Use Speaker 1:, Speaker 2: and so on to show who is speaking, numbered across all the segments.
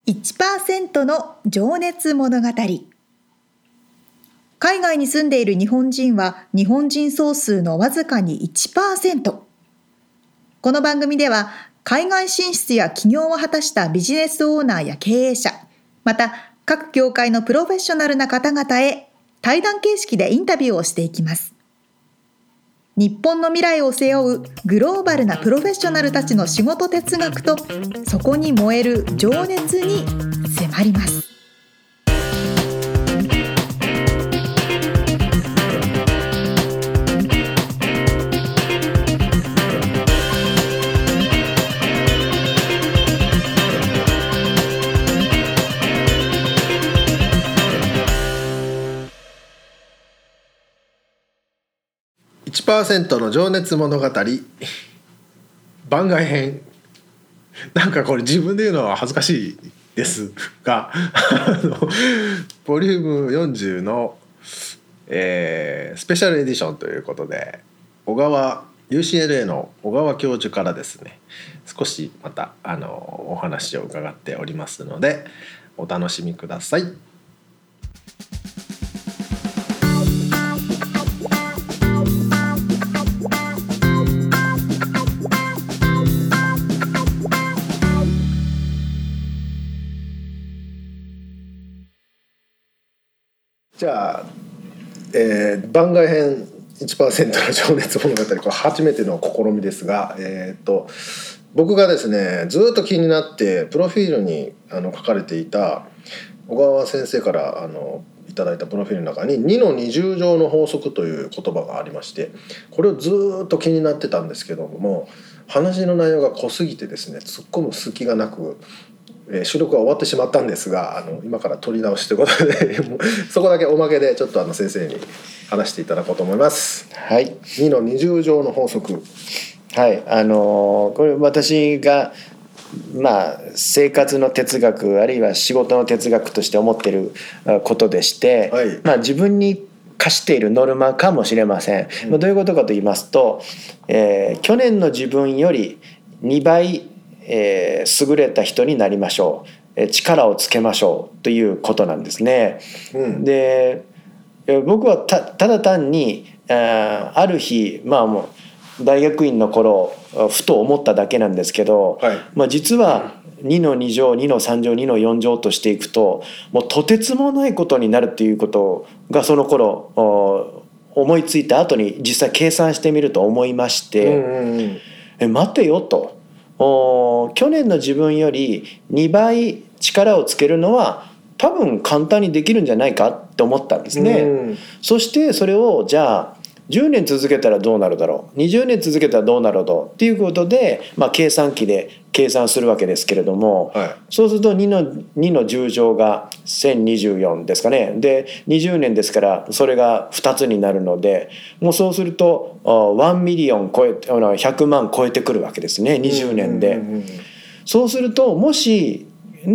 Speaker 1: 1% の情熱物語。海外に住んでいる日本人は日本人総数のわずかに 1%。この番組では海外進出や起業を果たしたビジネスオーナーや経営者、また各業界のプロフェッショナルな方々へ対談形式でインタビューをしていきます。日本の未来を背負うグローバルなプロフェッショナルたちの仕事哲学とそこに燃える情熱に迫ります。
Speaker 2: 1% の情熱物語番外編。なんかこれ自分で言うのは恥ずかしいですがボリューム40の、スペシャルエディションということでUCLA の小川教授からですね、少しまたお話を伺っておりますのでお楽しみください。じゃあ、番外編 1% の情熱物語、これ初めての試みですが、僕がですねずっと気になってプロフィールに書かれていた小川先生からいただいたプロフィールの中に2の20乗の法則という言葉がありまして、これをずっと気になってたんですけども、話の内容が濃すぎてですね突っ込む隙がなく収録は終わってしまったんですが、今から撮り直しということでそこだけおまけでちょっと先生に話していただこうと思います。
Speaker 3: はい、
Speaker 2: 2の20乗の法則。
Speaker 3: はい、これ私が生活の哲学あるいは仕事の哲学として思っていることでして、
Speaker 2: はい、
Speaker 3: 自分に課しているノルマかもしれません。どういうことかと言いますと、去年の自分より2倍優れた人になりましょう、力をつけましょうということなんですね。で、僕は ただ単にある日もう大学院の頃ふと思っただけなんですけど、実は2の2乗2の3乗2の4乗としていくともうとてつもないことになるということがその頃思いついた後に実際計算してみると思いまして、待てよと。去年の自分より2倍力をつけるのは多分簡単にできるんじゃないかって思ったんですね。そしてそれをじゃあ10年続けたらどうなるだろう、20年続けたらどうなるだろうっていうことで、計算機で計算するわけですけれども、そうすると2の10乗が1024ですかね。で20年ですからそれが2つになるので、もうそうすると1ミリオン超えて100万超えてくるわけですね、20年で。そうするともし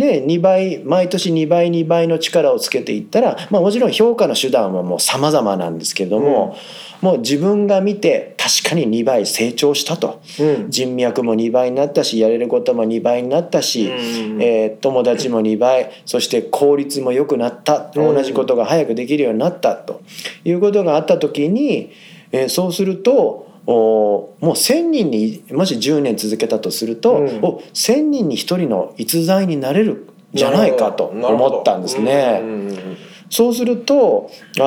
Speaker 3: 2倍毎年2倍2倍の力をつけていったら、もちろん評価の手段はもう様々なんですけれども、もう自分が見て確かに2倍成長したと、人脈も2倍になったしやれることも2倍になったし、友達も2倍、そして効率も良くなった、同じことが早くできるようになったということがあった時に、そうするともう1000人にもし10年続けたとすると、1000人に1人の逸材になれるじゃないかと思ったんですね。そうすると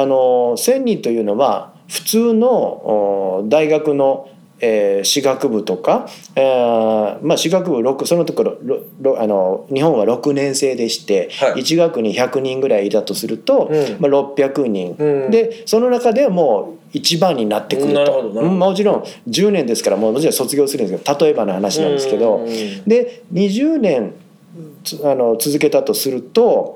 Speaker 3: 1000人というのは普通の大学の歯学部とか、歯学部6そのところ日本は6年生でして、1学に100人ぐらいいたとすると、600人、でその中ではもう一番になってくると。もちろん10年ですからもちろん卒業するんですけど、例えばの話なんですけど、で20年続けたとすると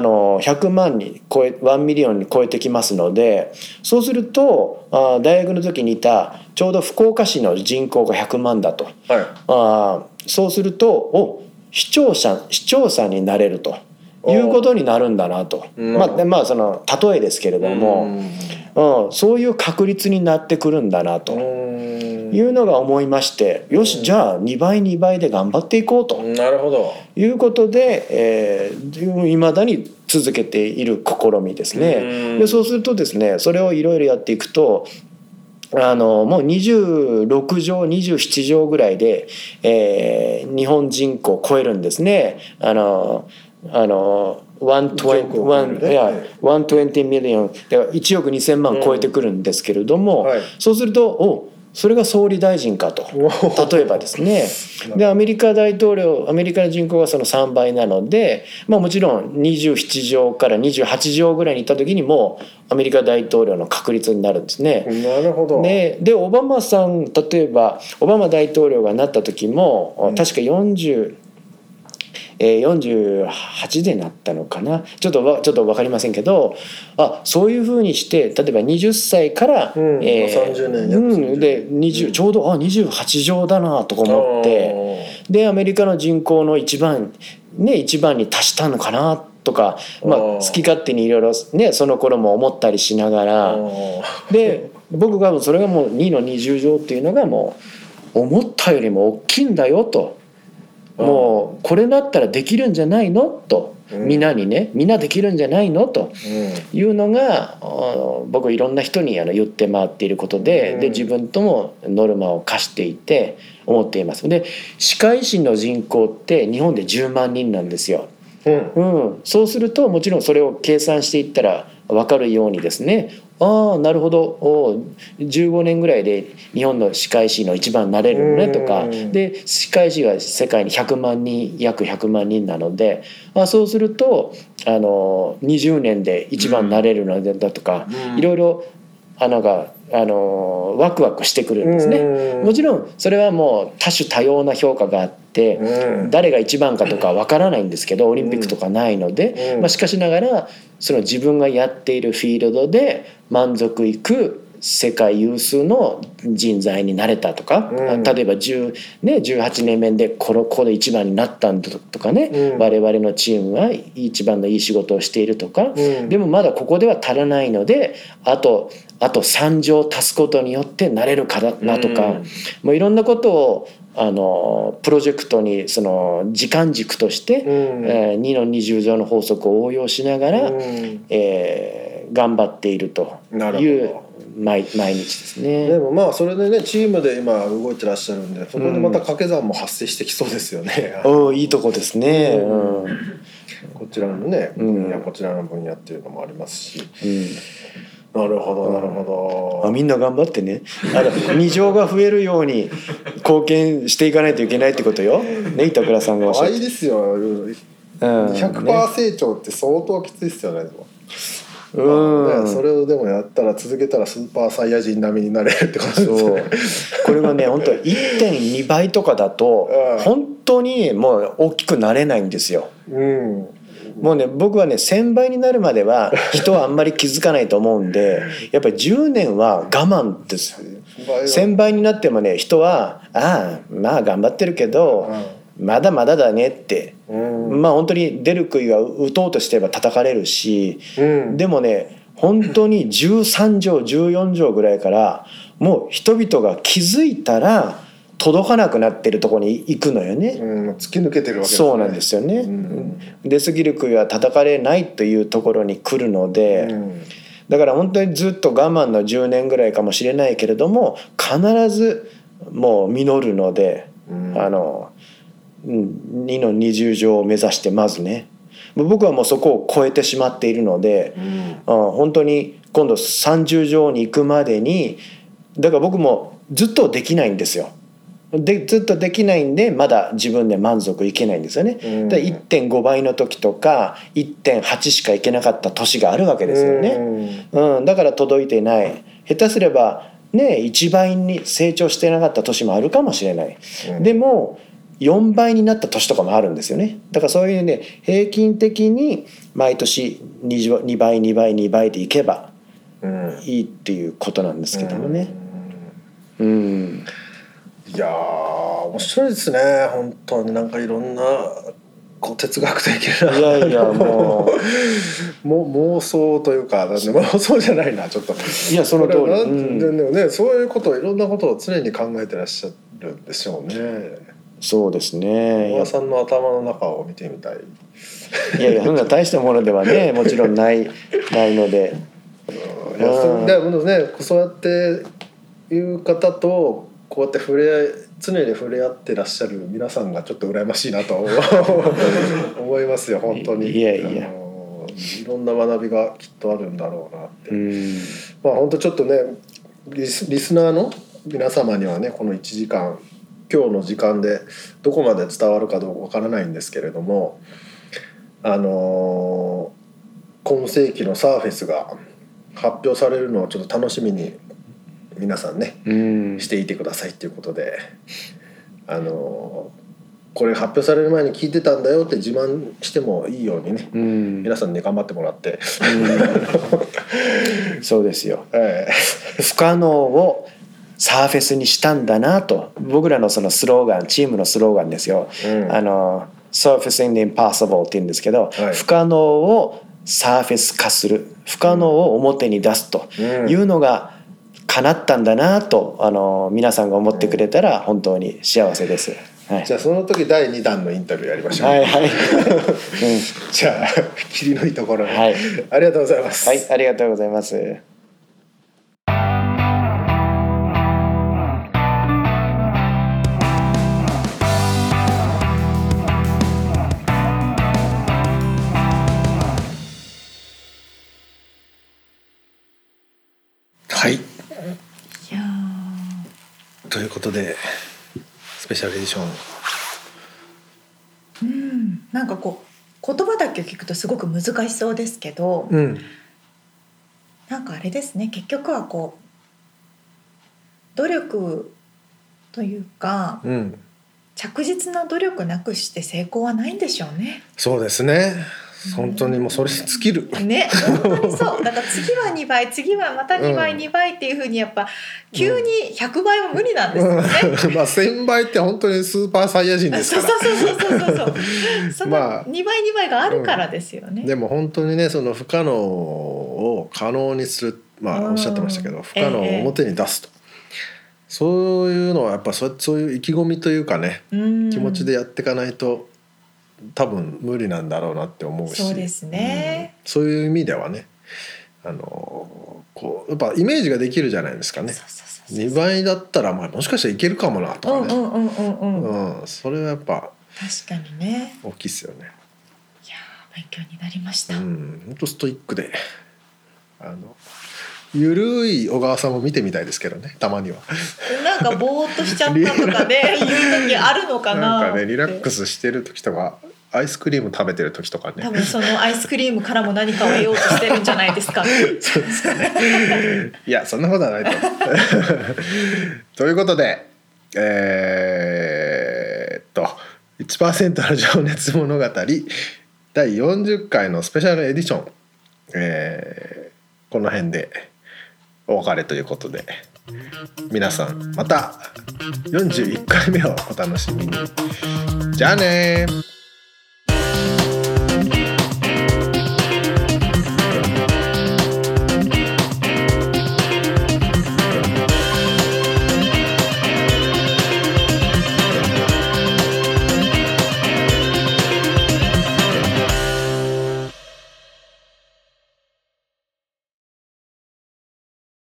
Speaker 3: 100万に1ミリオンに超えてきますので、そうすると大学の時にいたちょうど福岡市の人口が100万だと、そうすると市長さんになれるということになるんだなと、その例えですけれども、そういう確率になってくるんだなと。 いうのが思いまして、よしじゃあ2倍2倍で頑張っていこうと
Speaker 2: なるほど。
Speaker 3: いうことで、未だに続けている試みですね。でそうするとですね、それをいろいろやっていくともう26畳27畳ぐらいで、日本人口を超えるんですね。120ミリオンだから1億2000万超えてくるんですけれども、そうするとそれが総理大臣かと。例えばですね、でアメリカの人口がその3倍なので、もちろん27畳から28畳ぐらいに行った時にもうアメリカ大統領の確率になるんですね。
Speaker 2: なるほど。
Speaker 3: でオバマさん、例えばオバマ大統領がなった時も、確か48でなったのかな、ちょっと分かりませんけど、そういうふうにして例えば20歳から、
Speaker 2: 30年
Speaker 3: でちょうど28畳だなとか思って、でアメリカの人口の一番に達したのかなとか、好き勝手にいろいろねその頃も思ったりしながら、で僕がそれがもう2の20乗っていうのがもう思ったよりも大きいんだよと、もうこれだったらできるんじゃないのと、みんなできるんじゃないのというのが、僕いろんな人に言って回っていることで、自分ともノルマを課していて思っています。で歯科医師の人口って日本で10万人なんですよ。そうするともちろんそれを計算していったら分かるようにですね、なるほど、15年ぐらいで日本の歯科医師の一番になれるのねとか、で歯科医師は世界に約100万人なので、そうすると20年で一番になれるのだとか、いろいろワクワクしてくるんですね。もちろんそれはもう多種多様な評価があって、誰が一番かとかわからないんですけど、オリンピックとかないので、しかしながらその自分がやっているフィールドで満足いく世界有数の人材になれたとか、例えば18年目でここで一番になったんだとかね、我々のチームは一番のいい仕事をしているとか、でもまだここでは足らないのであと3乗足すことによってなれるからなとか、もういろんなことをプロジェクトにその時間軸として、2の20乗の法則を応用しながら、頑張っているという毎日ですね。
Speaker 2: でもそれでねチームで今動いてらっしゃるんで、そこでまた掛け算も発生してきそうですよね。
Speaker 3: いいとこですね。
Speaker 2: こちらのね分野、こちらの分野っていうのもありますし。なるほどなるほど。
Speaker 3: みんな頑張ってね、2乗が増えるように貢献していかないといけないってことよね、板倉さんがおっしゃって。
Speaker 2: いいですよ。100% 成長って相当きついですよね。それをでもやったら続けたらスーパーサイヤ人並みになれるってことですよね。
Speaker 3: これはね本当 1.2 倍とかだと本当にもう大きくなれないんですよ。もうね僕はね1000倍になるまでは人はあんまり気づかないと思うんで、やっぱり10年は我慢です。1000倍になってもね人は頑張ってるけど、まだまだだねって、本当に出る杭は打とうとしてれば叩かれるし、でもね本当に13畳14畳ぐらいからもう人々が気づいたら届かなくなってるところに行くのよね。
Speaker 2: 突き抜けてるわけですね。
Speaker 3: そうなんですよね。出過ぎる杭は叩かれないというところに来るので、だから本当にずっと我慢の10年ぐらいかもしれないけれども必ずもう実るので、2の20乗を目指してまずね、僕はもうそこを超えてしまっているので、本当に今度30乗に行くまでに、だから僕もずっとできないんですよ。ずっとできないんでまだ自分で満足いけないんですよね。で 1.5 倍の時とか 1.8 しかいけなかった年があるわけですよね。だから届いてない、下手すればね1倍に成長してなかった年もあるかもしれない。でも4倍になった年とかもあるんですよね。だからそういうね平均的に毎年2倍2倍2倍でいけばいいっていうことなんですけどもね。
Speaker 2: いや面白いですね本当に。なんかいろんな構哲学的な、
Speaker 3: いやいやも
Speaker 2: 妄想というか、妄想じゃないなちょっと、
Speaker 3: いやその通り、
Speaker 2: これはでもね、そういうことをいろんなことを常に考えてらっしゃるんでしょうね。
Speaker 3: そうですね。
Speaker 2: 小川さんの頭の中を見てみたい。
Speaker 3: いやいやそんな大したものではねもちろんないので、
Speaker 2: いやでもね、そうやっていう方とこうやって常に触れ合ってらっしゃる皆さんがちょっと羨ましいなと思いますよ本当に。
Speaker 3: いやいや、
Speaker 2: いろんな学びがきっとあるんだろうなって。まあ本当ちょっとねリスナーの皆様にはねこの1時間今日の時間でどこまで伝わるかどうかわからないんですけれども、今世紀のサーフェスが発表されるのをちょっと楽しみに皆さんね、していてくださいということで、これ発表される前に聞いてたんだよって自慢してもいいようにね、皆さんね頑張ってもらって、
Speaker 3: そうですよ、不可能をサーフェスにしたんだなと、僕らのそのスローガン、チームのスローガンですよ、Surfacing the Impossible って言うんですけど、不可能をサーフェス化する、不可能を表に出すというのが叶ったんだなと、皆さんが思ってくれたら本当に幸せです。はい、
Speaker 2: じゃあその時第2弾のインタビューやりましょう。
Speaker 3: はいはい、
Speaker 2: じゃあ切りのいいところに、
Speaker 3: はい、
Speaker 2: ありがとうございます。
Speaker 3: はい、ありがとうございます。
Speaker 2: はい。ということでスペシャルエディション、
Speaker 1: なんかこう言葉だけ聞くとすごく難しそうですけど、なんかあれですね、結局はこう努力というか、着実な努力なくして成功はないんでしょうね。
Speaker 2: そうですね、本当にもうそれに尽きる
Speaker 1: ね、本当にそうだから次は2倍次はまた2倍、2倍っていう風にやっぱ急に100倍は無理なんですよね、
Speaker 2: まあ1000倍って本当にスーパーサイヤ人ですから。
Speaker 1: その2倍2倍があるからですよね、
Speaker 2: でも本当にねその不可能を可能にする、おっしゃってましたけど、不可能を表に出すと、そういうのはやっぱそういう意気込みというかね、気持ちでやっていかないと多分無理なんだろうなって思うし、
Speaker 1: そうですね、
Speaker 2: そういう意味ではね、こうやっぱイメージができるじゃないですかね。2倍だったらもしかしたらいけるかもなとかね、それはやっぱ
Speaker 1: 確かにね
Speaker 2: 大きいですよね。い
Speaker 1: や勉強になりました。
Speaker 2: 本当ストイックでゆるい小川さんも見てみたいですけどね、たまには。
Speaker 1: なんかぼーっとしちゃったとかねいう時あるのかな。
Speaker 2: なんかねリラックスしてる時とかアイスクリーム食べてる時とかね、
Speaker 1: 多分そのアイスクリームからも何かを得ようとしてるんじゃないですか。
Speaker 2: そうですかね。いやそんなことはないとということで1% の情熱物語第40回のスペシャルエディション、この辺でお別れということで、皆さんまた41回目をお楽しみに。じゃあねー。